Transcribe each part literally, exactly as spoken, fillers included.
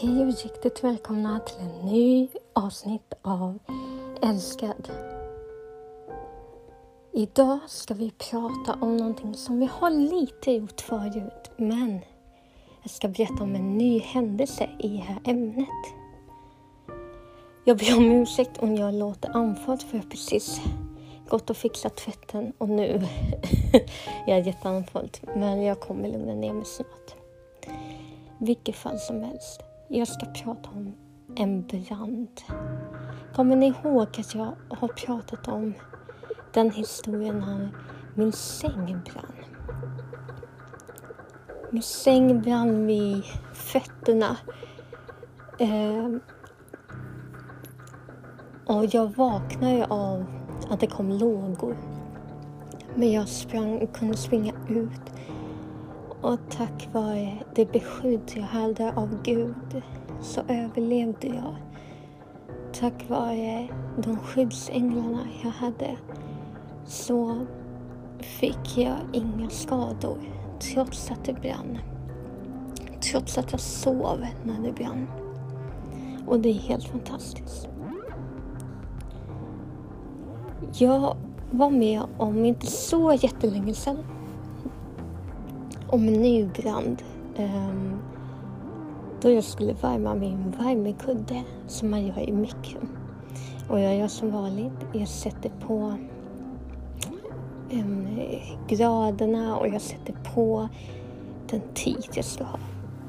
Hej och riktigt välkomna till en ny avsnitt av Älskad. Idag ska vi prata om någonting som vi har lite gjort förut, men jag ska berätta om en ny händelse i det här ämnet. Jag ber om ursäkt om jag låter andfådd, för jag har precis gått och fixat tvätten och nu jag är jätteandfådd, men jag kommer lugna ner mig snart. Vilket fall som helst. Jag ska prata om en brand. Kommer ni ihåg att jag har pratat om den historien när min säng brann? Min säng brann vid fötterna. Eh, och jag vaknade av att det kom lågor. Men jag sprang, kunde springa ut. Och tack vare det beskydd jag hade av Gud så överlevde jag. Tack vare de skyddsänglarna jag hade så fick jag inga skador. Trots att det brann. Trots att jag sov när det brann. Och det är helt fantastiskt. Jag var med om, inte så jättelänge sedan, om en ny brand. Um, då jag skulle värma min värmekudde som man gör i mikron. Och jag gör som vanligt. Jag sätter på um, graderna och jag sätter på den tid jag ska ha.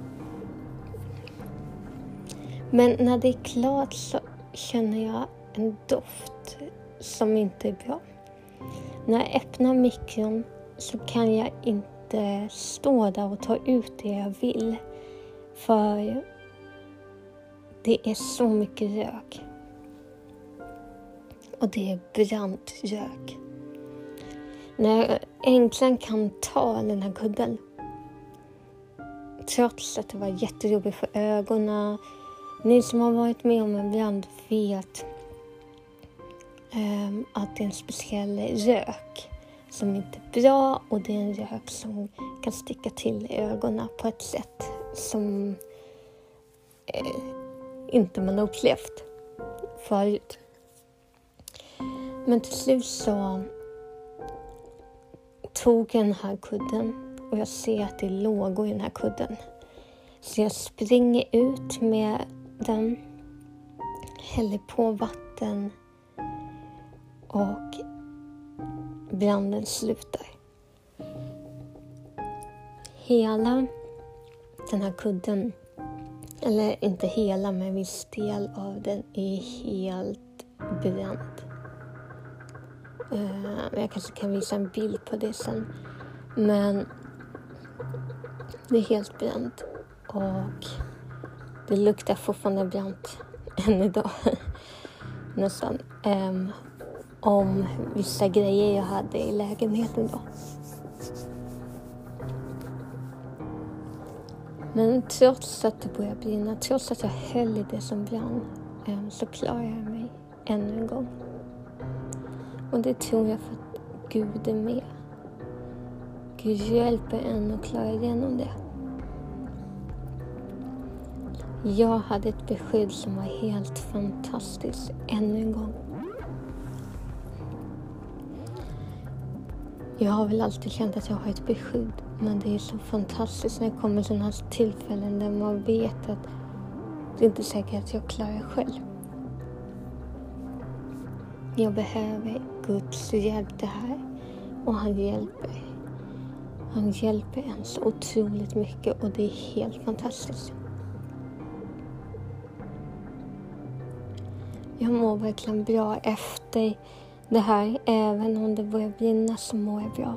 Men när det är klart så känner jag en doft som inte är bra. När jag öppnar mikron så kan jag inte stå där och ta ut det jag vill. För det är så mycket rök. Och det är brant rök. När jag äntligen kan ta den här kudden. Trots att det var jättejobbigt för ögonen. Ni som har varit med om en brand vet um, att det är en speciell rök som inte är bra, och det är en rök som kan sticka till i ögonen på ett sätt som eh, inte man har upplevt förut. Men till slut så tog jag den här kudden och jag ser att det är lågor i den här kudden. Så jag springer ut med den, häller på vatten och branden slutar. Hela den här kudden, eller inte hela men en viss del av den, är helt bränd. Uh, jag kanske kan visa en bild på det sen. Men det är helt bränt. Och det luktar fortfarande bränt än idag. Nästan. Um, om vissa grejer jag hade i lägenheten då. Men trots att det började brinna, trots att jag höll i det som brann, så klarar jag mig ännu en gång. Och det tror jag för att Gud är med. Gud hjälper en att klara igenom det. Jag hade ett beskydd som var helt fantastiskt ännu en gång. Jag har väl alltid känt att jag har ett beskydd. Men det är så fantastiskt när det kommer sådana här tillfällen där man vet att det inte är säkert att jag klarar själv. Jag behöver Guds hjälp det här. Och han hjälper. Han hjälper en så otroligt mycket och det är helt fantastiskt. Jag mår verkligen bra efter det här. Även om det börjar brinna så mår jag bra.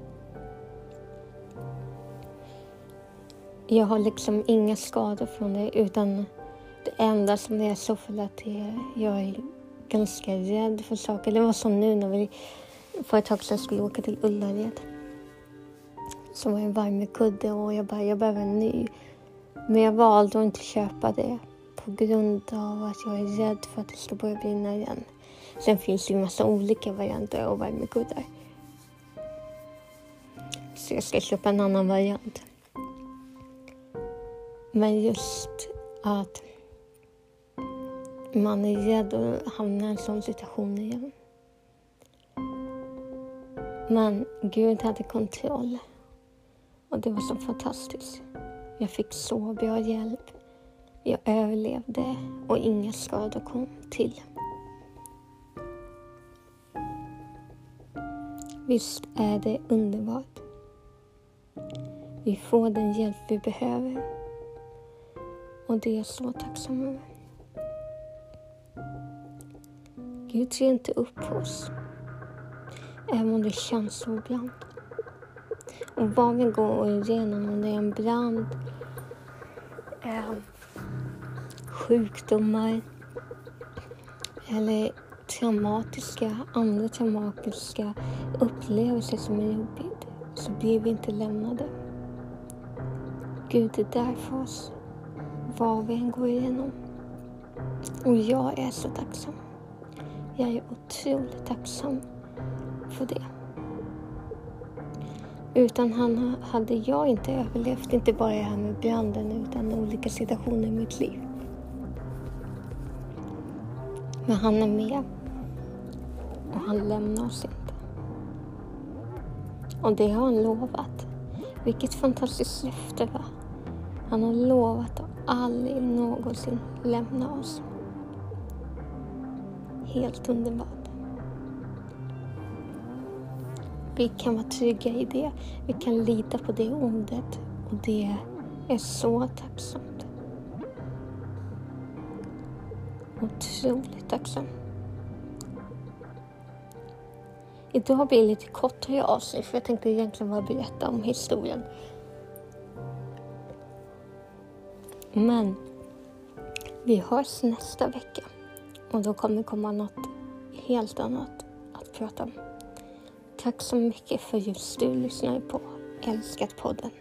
Jag har liksom inga skador från det, utan det enda som det är så för att det är, jag är ganska rädd för saker. Det var som nu när vi för ett tag sedan skulle åka till Ullared. Så var det en värmekudde och jag bara, jag behöver en ny. Men jag valde att inte köpa det på grund av att jag är rädd för att det ska börja brinna igen. Sen finns det ju en massa olika varianter av värmekuddar. Så jag ska köpa en annan variant. Men just att man är rädd att hamna i en sån situation igen. Men Gud hade kontroll. Och det var så fantastiskt. Jag fick så bra hjälp. Jag överlevde och inga skador kom till. Visst är det underbart. Vi får den hjälp vi behöver. Och det är jag så tacksam över. Gud ser inte upp på oss. Även om det känns så ibland. Och vad vi går igenom, om det är en brand, eh, sjukdomar eller traumatiska, andra traumatiska upplevelser som är jobbigt, så blir vi inte lämnade. Gud är där för oss, vad vi än går igenom. Och jag är så tacksam. Jag är otroligt tacksam för det. Utan han hade jag inte överlevt, inte bara det här med branden utan olika situationer i mitt liv. Men han är med och han lämnar oss inte. Och det har han lovat. Vilket fantastiskt löfte, va? Han har lovat att aldrig någonsin lämna oss. Helt underbart. Vi kan vara trygga i det. Vi kan lita på det ordet. Och det är så tacksamt. Otroligt tacksam. Idag blir det lite kortare avsnitt. För jag tänkte egentligen bara berätta om historien. Men vi hörs nästa vecka. Och då kommer det komma något helt annat att prata om. Tack så mycket för just du lyssnar på Älskat podden.